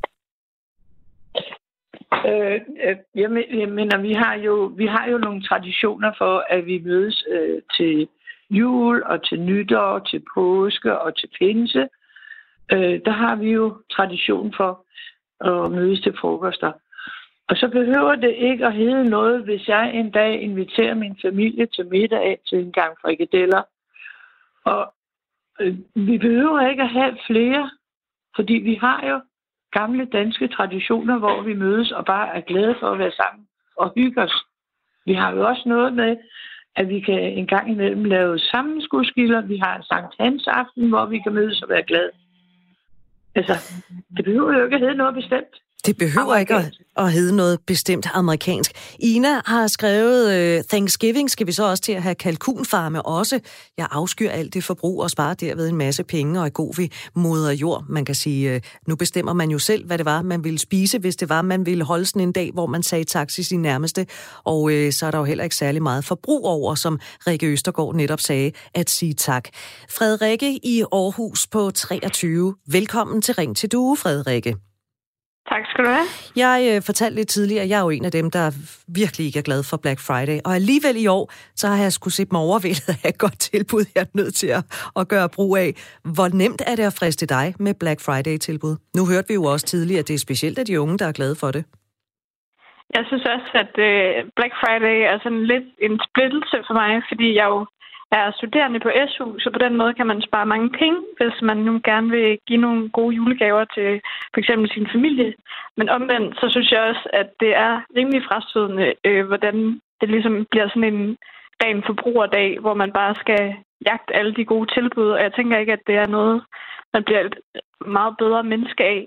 Jeg mener, vi har jo nogle traditioner for, at vi mødes til jul og til nytår, til påske og til pinse. Der har vi jo tradition for at mødes til frokoster. Og så behøver det ikke at hedde noget, hvis jeg en dag inviterer min familie til middag til en gang frikadeller. Og vi behøver ikke at have flere, fordi vi har jo gamle danske traditioner, hvor vi mødes og bare er glade for at være sammen og hygge os. Vi har jo også noget med, at vi kan en gang imellem lave sammenskudsgilder. Vi har en Sankt Hans aften, hvor vi kan mødes og være glade. Altså, det behøver jo ikke at hedde noget bestemt. Det behøver ikke at hedde noget bestemt amerikansk. Ina har skrevet, Thanksgiving skal vi så også til at have kalkunfarme også. Jeg afskyr alt det forbrug og sparer derved en masse penge og er god ved moder jord. Man kan sige, nu bestemmer man jo selv, hvad det var, man ville spise, hvis det var, man ville holde sådan en dag, hvor man sagde tak til sin nærmeste. Og så er der jo heller ikke særlig meget forbrug over, som Rikke Østergaard netop sagde, at sige tak. Frederikke i Aarhus på 23. Velkommen til Ring til Due, Frederikke. Tak skal du have. Jeg fortalte lidt tidligere, at jeg er jo en af dem, der virkelig ikke er glad for Black Friday. Og alligevel i år, så har jeg skulle set mig overvældet af et godt tilbud, jeg er nødt til at gøre brug af. Hvor nemt er det at friste dig med Black Friday-tilbud? Nu hørte vi jo også tidligere, at det er specielt af de unge, der er glade for det. Jeg synes også, at Black Friday er sådan lidt en splittelse for mig, fordi jeg jo er studerende på SU, så på den måde kan man spare mange penge, hvis man nu gerne vil give nogle gode julegaver til for eksempel sin familie. Men omvendt, så synes jeg også, at det er rimelig frastødende, hvordan det ligesom bliver sådan en ren forbrugerdag, hvor man bare skal jagte alle de gode tilbud, og jeg tænker ikke, at det er noget, man bliver et meget bedre menneske af.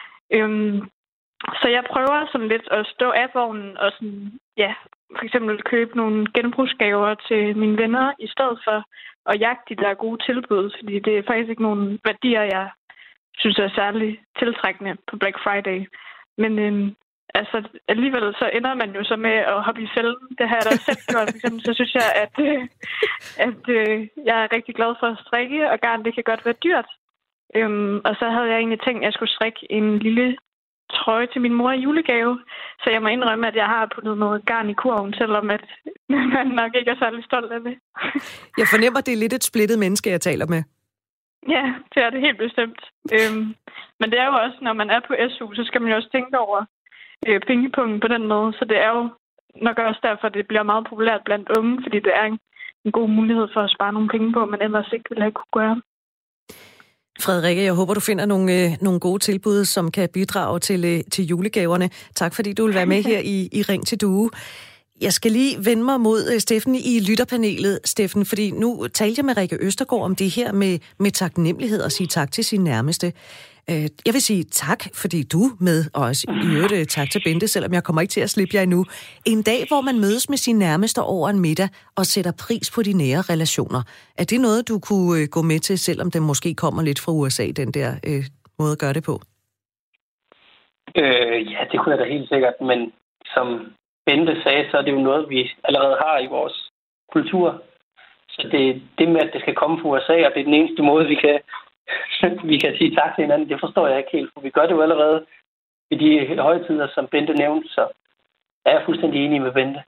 Så jeg prøver sådan lidt at stå af vognen og sådan, ja, for eksempel købe nogle genbrugsgaver til mine venner, i stedet for at jagte de der gode tilbud, fordi det er faktisk ikke nogen værdier, jeg synes er særlig tiltrækkende på Black Friday. Men altså alligevel så ender man jo så med at hoppe i fælden. Det har jeg da selv gjort. For eksempel, så synes jeg, at jeg er rigtig glad for at strikke, og garn, det kan godt være dyrt. Og så havde jeg egentlig tænkt, at jeg skulle strikke en lille trøje til min mor i julegave, så jeg må indrømme, at jeg har puttet noget garn i kurven, selvom at man nok ikke er særlig stolt af det. Jeg fornemmer, det er lidt et splittet menneske, jeg taler med. Ja, det er det helt bestemt. Men det er jo også, når man er på SU, så skal man jo også tænke over pengepunkten på den måde, så det er jo nok også derfor, det bliver meget populært blandt unge, fordi det er en god mulighed for at spare nogle penge på, man ellers ikke ville have kunne gøre. Frederikke, jeg håber, du finder nogle gode tilbud, som kan bidrage til julegaverne. Tak, fordi du vil være med her i Ring til Due. Jeg skal lige vende mig mod Steffen i lytterpanelet, Steffen, fordi nu talte jeg med Rikke Østergaard om det her med taknemmelighed og sige tak til sin nærmeste. Jeg vil sige tak, fordi du er med, og også i øvrigt tak til Bente, selvom jeg kommer ikke til at slippe jer endnu. En dag, hvor man mødes med sin nærmeste over en middag og sætter pris på de nære relationer. Er det noget, du kunne gå med til, selvom den måske kommer lidt fra USA, den der måde at gøre det på? Ja, det kunne jeg da helt sikkert, men som Bente sagde, så er det jo noget, vi allerede har i vores kultur. Så det med, at det skal komme fra USA, og det er den eneste måde, vi kan sige tak til hinanden, det forstår jeg ikke helt, for vi gør det jo allerede i de højtider, som Bente nævnte, så er jeg fuldstændig enig med Bente.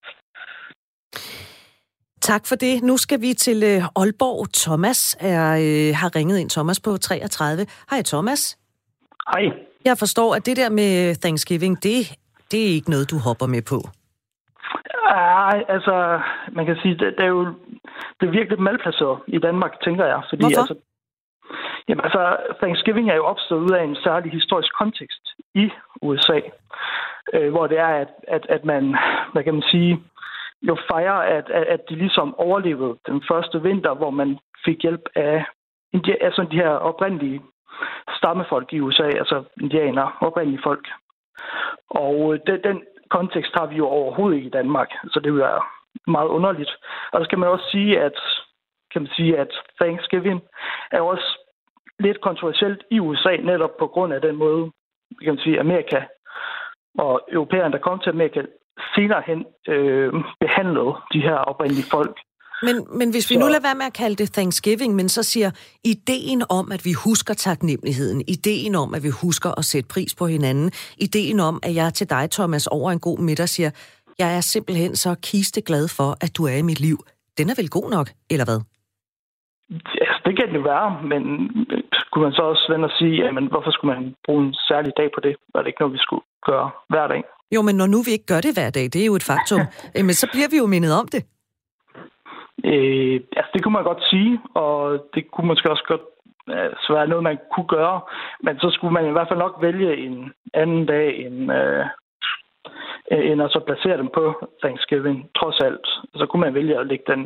Tak for det. Nu skal vi til Aalborg. Thomas har ringet ind. Thomas på 33. Hej Thomas. Hej. Jeg forstår, at det der med Thanksgiving, det er ikke noget, du hopper med på. Nej, altså, man kan sige, det er virkelig malplaceret i Danmark, tænker jeg. Fordi, hvorfor? Thanksgiving er jo opstået ud af en særlig historisk kontekst i USA, hvor det er, at man, hvad kan man sige, jo fejrer, at de ligesom overlevede den første vinter, hvor man fik hjælp af de her oprindelige stammefolk i USA, altså indianere, oprindelige folk. Og den kontekst har vi jo overhovedet ikke i Danmark, så det er meget underligt. Og så kan man også sige, at Thanksgiving er også lidt kontroversielt i USA, netop på grund af den måde, kan man sige, Amerika og europæerne, der kom til Amerika, senere hen behandlede de her oprindelige folk. Men hvis vi nu lader være med at kalde det Thanksgiving, men så siger ideen om, at vi husker taknemmeligheden, ideen om, at vi husker at sætte pris på hinanden, ideen om, at jeg til dig, Thomas, over en god middag siger, jeg er simpelthen så kisteglad for, at du er i mit liv. Den er vel god nok, eller hvad? Ja, det kan det jo være, men kunne man så også vende og sige, jamen, hvorfor skulle man bruge en særlig dag på det? Var det ikke noget, vi skulle gøre hver dag? Jo, men når nu vi ikke gør det hver dag, det er jo et faktum, men så bliver vi jo mindet om det. Det kunne man godt sige, og det kunne måske også godt være noget, man kunne gøre, men så skulle man i hvert fald nok vælge en anden dag, end at så placere dem på Thanksgiving, trods alt. Så kunne man vælge at lægge den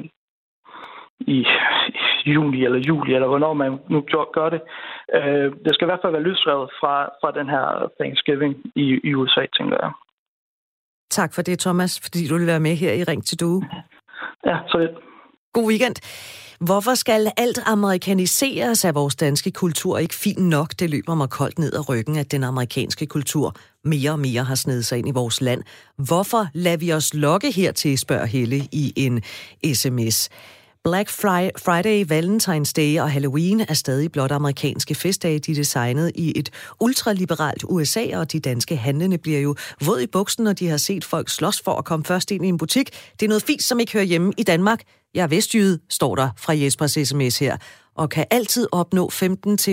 i juni, eller hvornår man nu gør det. Det skal i hvert fald være løsrevet fra den her Thanksgiving i USA, tænker jeg. Tak for det, Thomas, fordi du vil være med her i Ring til Due. Ja, så lidt. God weekend. Hvorfor skal alt amerikaniseres af vores danske kultur ikke fint nok? Det løber mig koldt ned ad ryggen, at den amerikanske kultur mere og mere har snedet sig ind i vores land. Hvorfor lader vi os lokke hertil, spørger Helle i en sms. Black Friday, Valentine's Day og Halloween er stadig blot amerikanske festdage. De er designet i et ultraliberalt USA, og de danske handlende bliver jo våd i buksen, når de har set folk slås for at komme først ind i en butik. Det er noget fis, som ikke hører hjemme i Danmark. Jeg er vestjyde, står der fra Jespers sms her, og kan altid opnå 15-25%,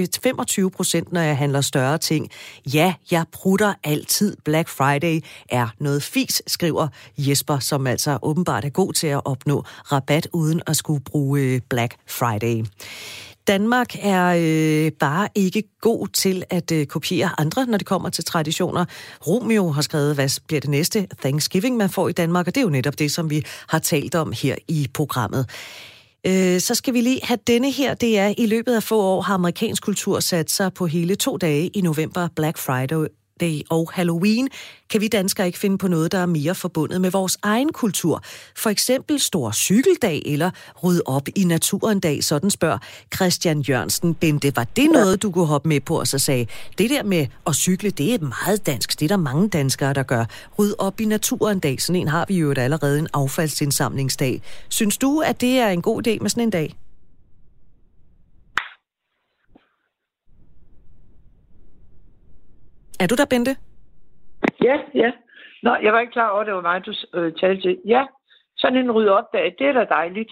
når jeg handler større ting. Ja, jeg prutter altid. Black Friday er noget fis, skriver Jesper, som altså åbenbart er god til at opnå rabat uden at skulle bruge Black Friday. Danmark er bare ikke god til at kopiere andre, når det kommer til traditioner. Romeo har skrevet, hvad bliver det næste Thanksgiving, man får i Danmark, og det er jo netop det, som vi har talt om her i programmet. Så skal vi lige have denne her. Det er, i løbet af få år har amerikansk kultur sat sig på hele 2 dage i november, Black Friday og Halloween. Kan vi danskere ikke finde på noget, der er mere forbundet med vores egen kultur? For eksempel stor cykeldag eller rydde op i naturen dag, sådan spørger Christian Jørgensen. Bente, var det noget, du kunne hoppe med på, og så sagde, det der med at cykle, det er meget dansk. Det er der mange danskere, der gør. Rydde op i naturen dag, sådan en har vi jo allerede, en affaldsindsamlingsdag. Synes du, at det er en god idé med sådan en dag? Er du der, Bente? Ja. Nå, jeg var ikke klar over, at det var mig, du talte til. Ja, sådan en rydde op dag, det er da dejligt.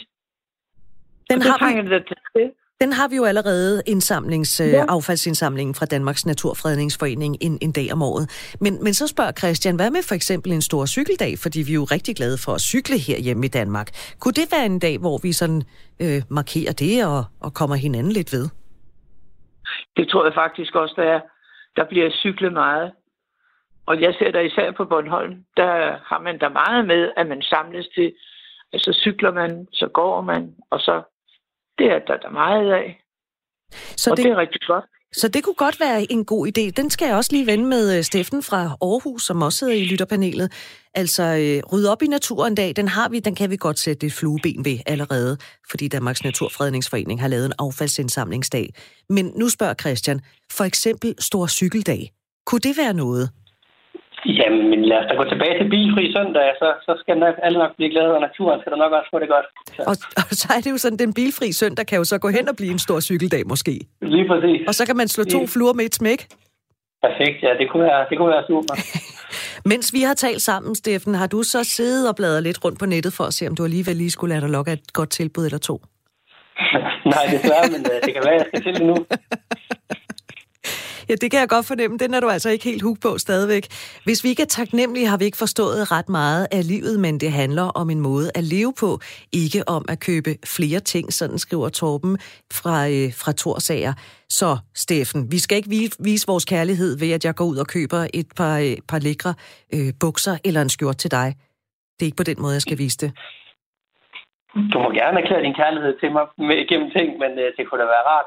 Den har vi jo allerede affaldsindsamlingen fra Danmarks Naturfredningsforening en dag om året. Men så spørger Christian, hvad med for eksempel en stor cykeldag? Fordi vi er jo rigtig glade for at cykle herhjemme i Danmark. Kunne det være en dag, hvor vi sådan markerer det og kommer hinanden lidt ved? Det tror jeg faktisk også, der bliver cyklet meget. Og jeg ser der især på Bornholm, der har man da meget med, at man samles til. Altså cykler man, så går man, og så det er der meget af. Og det er rigtig godt. Så det kunne godt være en god idé. Den skal jeg også lige vende med Steffen fra Aarhus, som også sidder i lytterpanelet. Altså, rydde op i naturen dag, den kan vi godt sætte et flueben ved allerede, fordi Danmarks Naturfredningsforening har lavet en affaldsindsamlingsdag. Men nu spørger Christian, for eksempel stor cykeldag. Kunne det være noget? Jamen, lad os da gå tilbage til bilfri søndag, så skal alle nok blive glade, og naturen skal da nok også få det godt. Og så er det jo sådan, den bilfri søndag kan jo så gå hen og blive en stor cykeldag måske. Lige præcis. Og så kan man slå 2 fluer med et smæk. Perfekt, ja, det kunne være super. Mens vi har talt sammen, Steffen, har du så siddet og bladret lidt rundt på nettet for at se, om du alligevel lige skulle lade dig lokke af et godt tilbud eller 2? Nej, desværre, men det kan være, jeg skal til det nu. Ja, det kan jeg godt fornemme. Den er du altså ikke helt hooked på stadigvæk. Hvis vi ikke er taknemmelige, har vi ikke forstået ret meget af livet, men det handler om en måde at leve på. Ikke om at købe flere ting, sådan skriver Torben fra Thorsager. Så, Steffen, vi skal ikke vise vores kærlighed ved, at jeg går ud og køber et par lækre bukser eller en skjort til dig. Det er ikke på den måde, jeg skal vise det. Du må gerne erklære din kærlighed til mig gennem ting, men det kunne da være rart,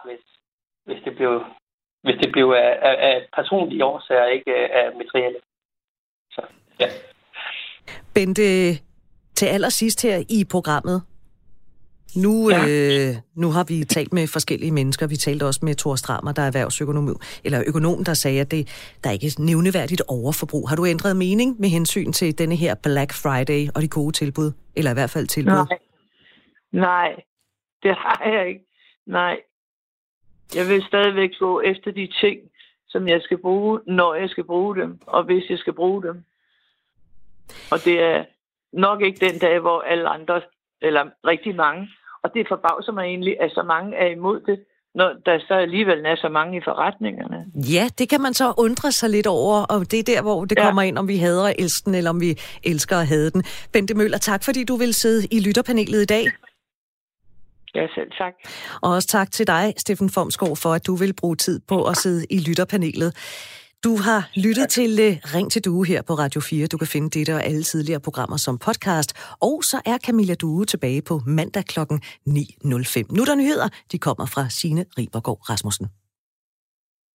hvis det blev af personlige årsager, ikke af materielle. Så, ja. Bente, til allersidst her i programmet. Nu har vi talt med forskellige mennesker. Vi talte også med Thor Strammer, der er økonom, der sagde, at der ikke er nævneværdigt overforbrug. Har du ændret mening med hensyn til denne her Black Friday og de gode tilbud? Eller i hvert fald tilbud? Nej, det har jeg ikke. Nej. Jeg vil stadigvæk gå efter de ting, som jeg skal bruge, når jeg skal bruge dem, og hvis jeg skal bruge dem. Og det er nok ikke den dag, hvor alle andre, eller rigtig mange, og det forbavser mig egentlig, at så mange er imod det, når der så alligevel er så mange i forretningerne. Ja, det kan man så undre sig lidt over, og det er der, hvor det kommer ind, om vi hader at elske den, eller om vi elsker at hade den. Bente Møller, tak fordi du vil sidde i lytterpanelet i dag. Ja, selv tak. Og også tak til dig, Steffen Fomsgaard, for at du vil bruge tid på at sidde i lytterpanelet. Du har lyttet til Ring til Due her på Radio 4. Du kan finde dette og alle tidligere programmer som podcast. Og så er Camilla Due tilbage på mandag kl. 9.05. Nu er der nyheder. De kommer fra Signe Ribergaard Rasmussen.